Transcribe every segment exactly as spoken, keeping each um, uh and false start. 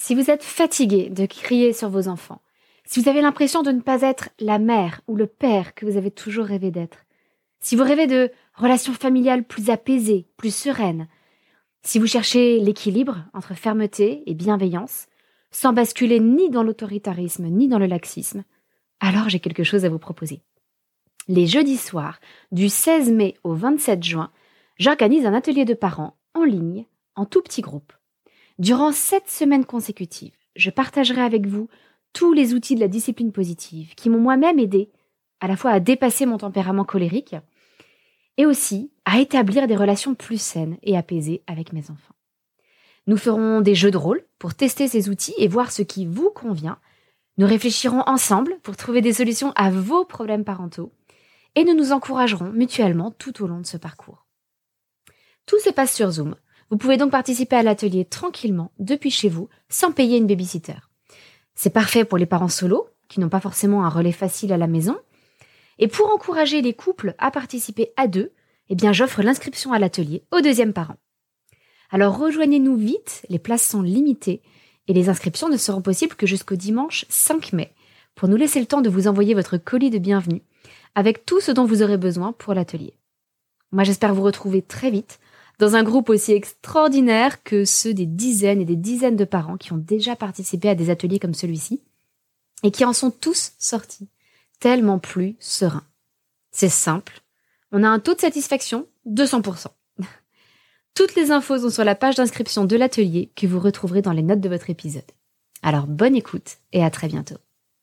Si vous êtes fatigué de crier sur vos enfants, si vous avez l'impression de ne pas être la mère ou le père que vous avez toujours rêvé d'être, si vous rêvez de relations familiales plus apaisées, plus sereines, si vous cherchez l'équilibre entre fermeté et bienveillance, sans basculer ni dans l'autoritarisme ni dans le laxisme, alors j'ai quelque chose à vous proposer. Les jeudis soirs, du seize mai au vingt-sept juin, j'organise un atelier de parents en ligne, en tout petit groupe. Durant sept semaines consécutives, je partagerai avec vous tous les outils de la discipline positive qui m'ont moi-même aidé à la fois à dépasser mon tempérament colérique et aussi à établir des relations plus saines et apaisées avec mes enfants. Nous ferons des jeux de rôle pour tester ces outils et voir ce qui vous convient. Nous réfléchirons ensemble pour trouver des solutions à vos problèmes parentaux et nous nous encouragerons mutuellement tout au long de ce parcours. Tout se passe sur Zoom. Vous pouvez donc participer à l'atelier tranquillement depuis chez vous sans payer une babysitter. C'est parfait pour les parents solos qui n'ont pas forcément un relais facile à la maison. Et pour encourager les couples à participer à deux, eh bien j'offre l'inscription à l'atelier au deuxième parent. Alors rejoignez-nous vite, les places sont limitées et les inscriptions ne seront possibles que jusqu'au dimanche cinq mai pour nous laisser le temps de vous envoyer votre colis de bienvenue avec tout ce dont vous aurez besoin pour l'atelier. Moi j'espère vous retrouver très vite dans un groupe aussi extraordinaire que ceux des dizaines et des dizaines de parents qui ont déjà participé à des ateliers comme celui-ci et qui en sont tous sortis tellement plus sereins. C'est simple, on a un taux de satisfaction de cent pour cent. Toutes les infos sont sur la page d'inscription de l'atelier que vous retrouverez dans les notes de votre épisode. Alors bonne écoute et à très bientôt.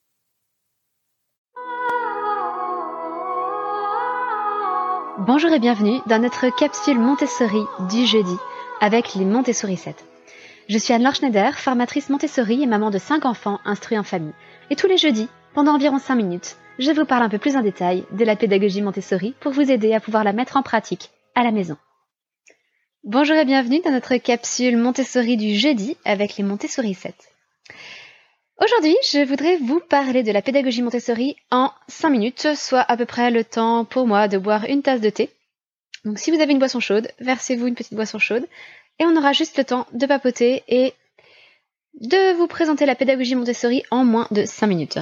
Bonjour et bienvenue dans notre capsule Montessori du jeudi avec les Montessori sept. Je suis Anne-Laure Schneider, formatrice Montessori et maman de cinq enfants instruits en famille. Et tous les jeudis, pendant environ cinq minutes, je vous parle un peu plus en détail de la pédagogie Montessori pour vous aider à pouvoir la mettre en pratique à la maison. Bonjour et bienvenue dans notre capsule Montessori du jeudi avec les Montessori sept. Aujourd'hui, je voudrais vous parler de la pédagogie Montessori en cinq minutes, soit à peu près le temps pour moi de boire une tasse de thé. Donc si vous avez une boisson chaude, versez-vous une petite boisson chaude et on aura juste le temps de papoter et de vous présenter la pédagogie Montessori en moins de cinq minutes.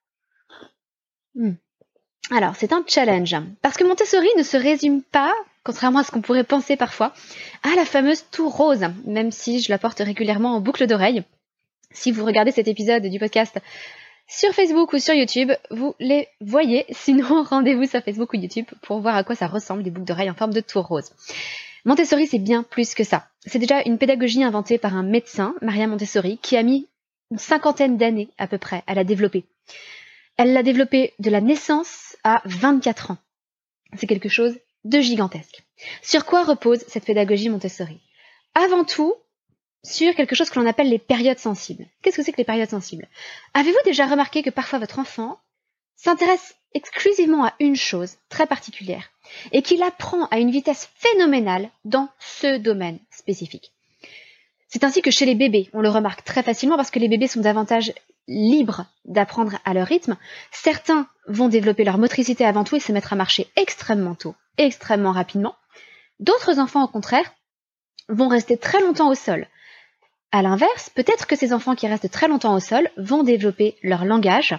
Hmm. Alors, c'est un challenge, parce que Montessori ne se résume pas, contrairement à ce qu'on pourrait penser parfois, à la fameuse tour rose, même si je la porte régulièrement en boucle d'oreille. Si vous regardez cet épisode du podcast sur Facebook ou sur YouTube, vous les voyez. Sinon, rendez-vous sur Facebook ou YouTube pour voir à quoi ça ressemble, des boucles d'oreilles en forme de tour rose. Montessori, c'est bien plus que ça. C'est déjà une pédagogie inventée par un médecin, Maria Montessori, qui a mis une cinquantaine d'années à peu près à la développer. Elle l'a développée de la naissance à vingt-quatre ans. C'est quelque chose de gigantesque. Sur quoi repose cette pédagogie Montessori ? Avant tout, sur quelque chose que l'on appelle les périodes sensibles. Qu'est-ce que c'est que les périodes sensibles ? Avez-vous déjà remarqué que parfois votre enfant s'intéresse exclusivement à une chose très particulière et qu'il apprend à une vitesse phénoménale dans ce domaine spécifique ? C'est ainsi que chez les bébés, on le remarque très facilement parce que les bébés sont davantage libres d'apprendre à leur rythme. Certains vont développer leur motricité avant tout et se mettre à marcher extrêmement tôt, extrêmement rapidement. D'autres enfants, au contraire, vont rester très longtemps au sol. À l'inverse, peut-être que ces enfants qui restent très longtemps au sol vont développer leur langage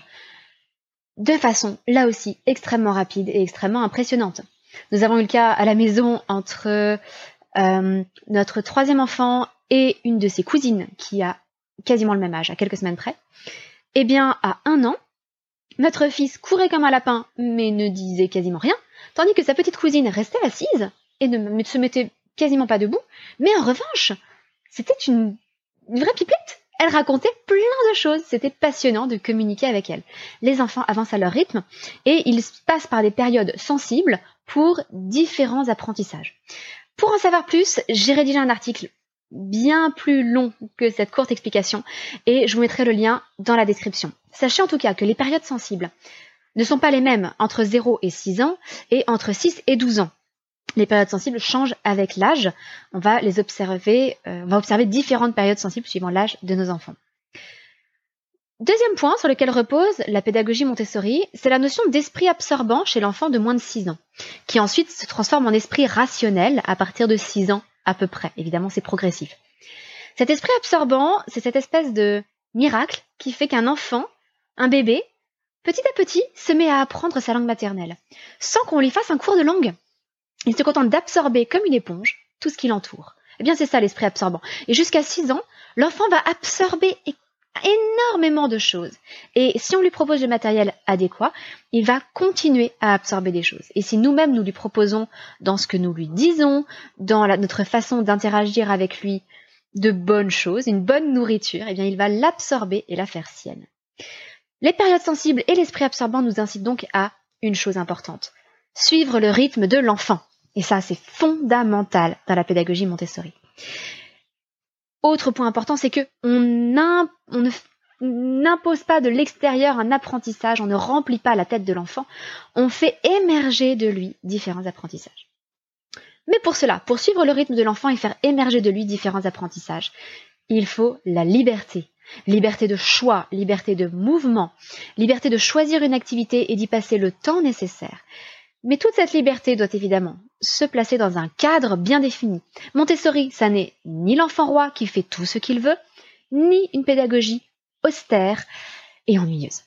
de façon, là aussi, extrêmement rapide et extrêmement impressionnante. Nous avons eu le cas à la maison entre euh, notre troisième enfant et une de ses cousines qui a quasiment le même âge, à quelques semaines près. Eh bien, à un an, notre fils courait comme un lapin, mais ne disait quasiment rien, tandis que sa petite cousine restait assise et ne se mettait quasiment pas debout. Mais en revanche, c'était une, une vraie pipette. Elle racontait plein de choses. C'était passionnant de communiquer avec elle. Les enfants avancent à leur rythme et ils passent par des périodes sensibles pour différents apprentissages. Pour en savoir plus, j'ai rédigé un article bien plus long que cette courte explication et je vous mettrai le lien dans la description. Sachez en tout cas que les périodes sensibles ne sont pas les mêmes entre zéro et six ans et entre six et douze ans. Les périodes sensibles changent avec l'âge. On va les observer, euh, on va observer différentes périodes sensibles suivant l'âge de nos enfants. Deuxième point sur lequel repose la pédagogie Montessori, c'est la notion d'esprit absorbant chez l'enfant de moins de six ans, qui ensuite se transforme en esprit rationnel à partir de six ans à peu près. Évidemment, c'est progressif. Cet esprit absorbant, c'est cette espèce de miracle qui fait qu'un enfant, un bébé, petit à petit, se met à apprendre sa langue maternelle, sans qu'on lui fasse un cours de langue. Il se contente d'absorber comme une éponge tout ce qui l'entoure. Eh bien, c'est ça l'esprit absorbant. Et jusqu'à six ans, l'enfant va absorber énormément de choses. Et si on lui propose le matériel adéquat, il va continuer à absorber des choses. Et si nous-mêmes, nous lui proposons, dans ce que nous lui disons, dans la, notre façon d'interagir avec lui, de bonnes choses, une bonne nourriture, eh bien, il va l'absorber et la faire sienne. Les périodes sensibles et l'esprit absorbant nous incitent donc à une chose importante. Suivre le rythme de l'enfant. Et ça, c'est fondamental dans la pédagogie Montessori. Autre point important, c'est que on, on ne n'impose pas de l'extérieur un apprentissage, on ne remplit pas la tête de l'enfant, on fait émerger de lui différents apprentissages. Mais pour cela, pour suivre le rythme de l'enfant et faire émerger de lui différents apprentissages, il faut la liberté. Liberté de choix, liberté de mouvement, liberté de choisir une activité et d'y passer le temps nécessaire. Mais toute cette liberté doit évidemment se placer dans un cadre bien défini. Montessori, ça n'est ni l'enfant roi qui fait tout ce qu'il veut, ni une pédagogie austère et ennuyeuse.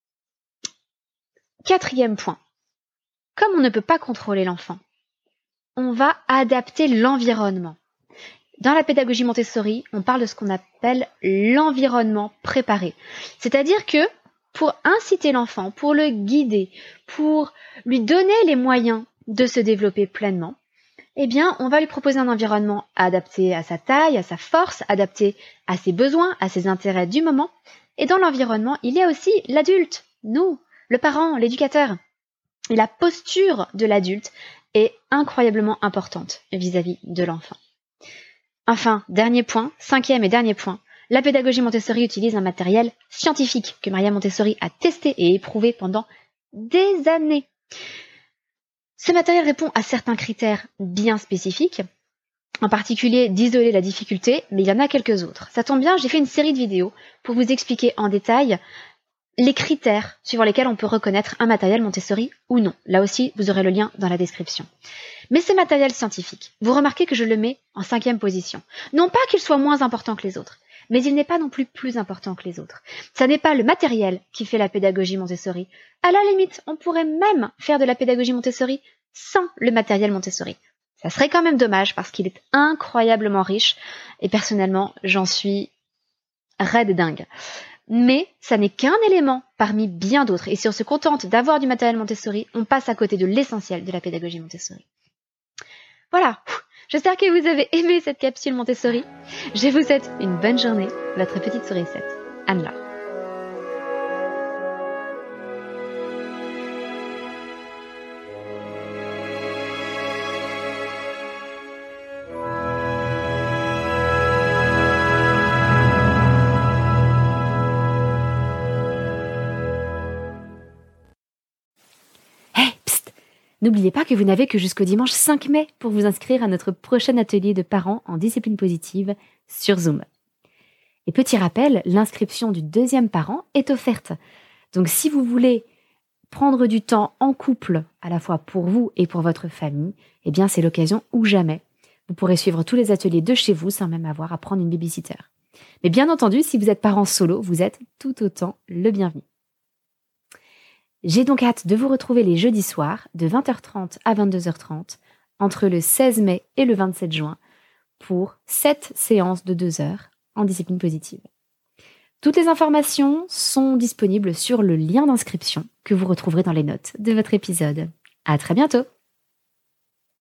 Quatrième point. Comme on ne peut pas contrôler l'enfant, on va adapter l'environnement. Dans la pédagogie Montessori, on parle de ce qu'on appelle l'environnement préparé. C'est-à-dire que pour inciter l'enfant, pour le guider, pour lui donner les moyens de se développer pleinement, eh bien, on va lui proposer un environnement adapté à sa taille, à sa force, adapté à ses besoins, à ses intérêts du moment. Et dans l'environnement, il y a aussi l'adulte, nous, le parent, l'éducateur. Et la posture de l'adulte est incroyablement importante vis-à-vis de l'enfant. Enfin, dernier point, cinquième et dernier point, la pédagogie Montessori utilise un matériel scientifique que Maria Montessori a testé et éprouvé pendant des années. Ce matériel répond à certains critères bien spécifiques, en particulier d'isoler la difficulté, mais il y en a quelques autres. Ça tombe bien, j'ai fait une série de vidéos pour vous expliquer en détail les critères suivant lesquels on peut reconnaître un matériel Montessori ou non. Là aussi, vous aurez le lien dans la description. Mais ce matériel scientifique, vous remarquez que je le mets en cinquième position. Non pas qu'il soit moins important que les autres, mais il n'est pas non plus plus important que les autres. Ça n'est pas le matériel qui fait la pédagogie Montessori. À la limite, on pourrait même faire de la pédagogie Montessori sans le matériel Montessori. Ça serait quand même dommage parce qu'il est incroyablement riche et personnellement, j'en suis raide dingue. Mais ça n'est qu'un élément parmi bien d'autres. Et si on se contente d'avoir du matériel Montessori, on passe à côté de l'essentiel de la pédagogie Montessori. Voilà, j'espère que vous avez aimé cette capsule Montessori. Je vous souhaite une bonne journée, votre petite sourisette, Anne-Laure. N'oubliez pas que vous n'avez que jusqu'au dimanche cinq mai pour vous inscrire à notre prochain atelier de parents en discipline positive sur Zoom. Et petit rappel, l'inscription du deuxième parent est offerte. Donc si vous voulez prendre du temps en couple, à la fois pour vous et pour votre famille, eh bien c'est l'occasion ou jamais. Vous pourrez suivre tous les ateliers de chez vous sans même avoir à prendre une babysitter. Mais bien entendu, si vous êtes parent solo, vous êtes tout autant le bienvenu. J'ai donc hâte de vous retrouver les jeudis soirs de vingt heures trente à vingt-deux heures trente entre le seize mai et le vingt-sept juin pour sept séances de deux heures en discipline positive. Toutes les informations sont disponibles sur le lien d'inscription que vous retrouverez dans les notes de votre épisode. À très bientôt!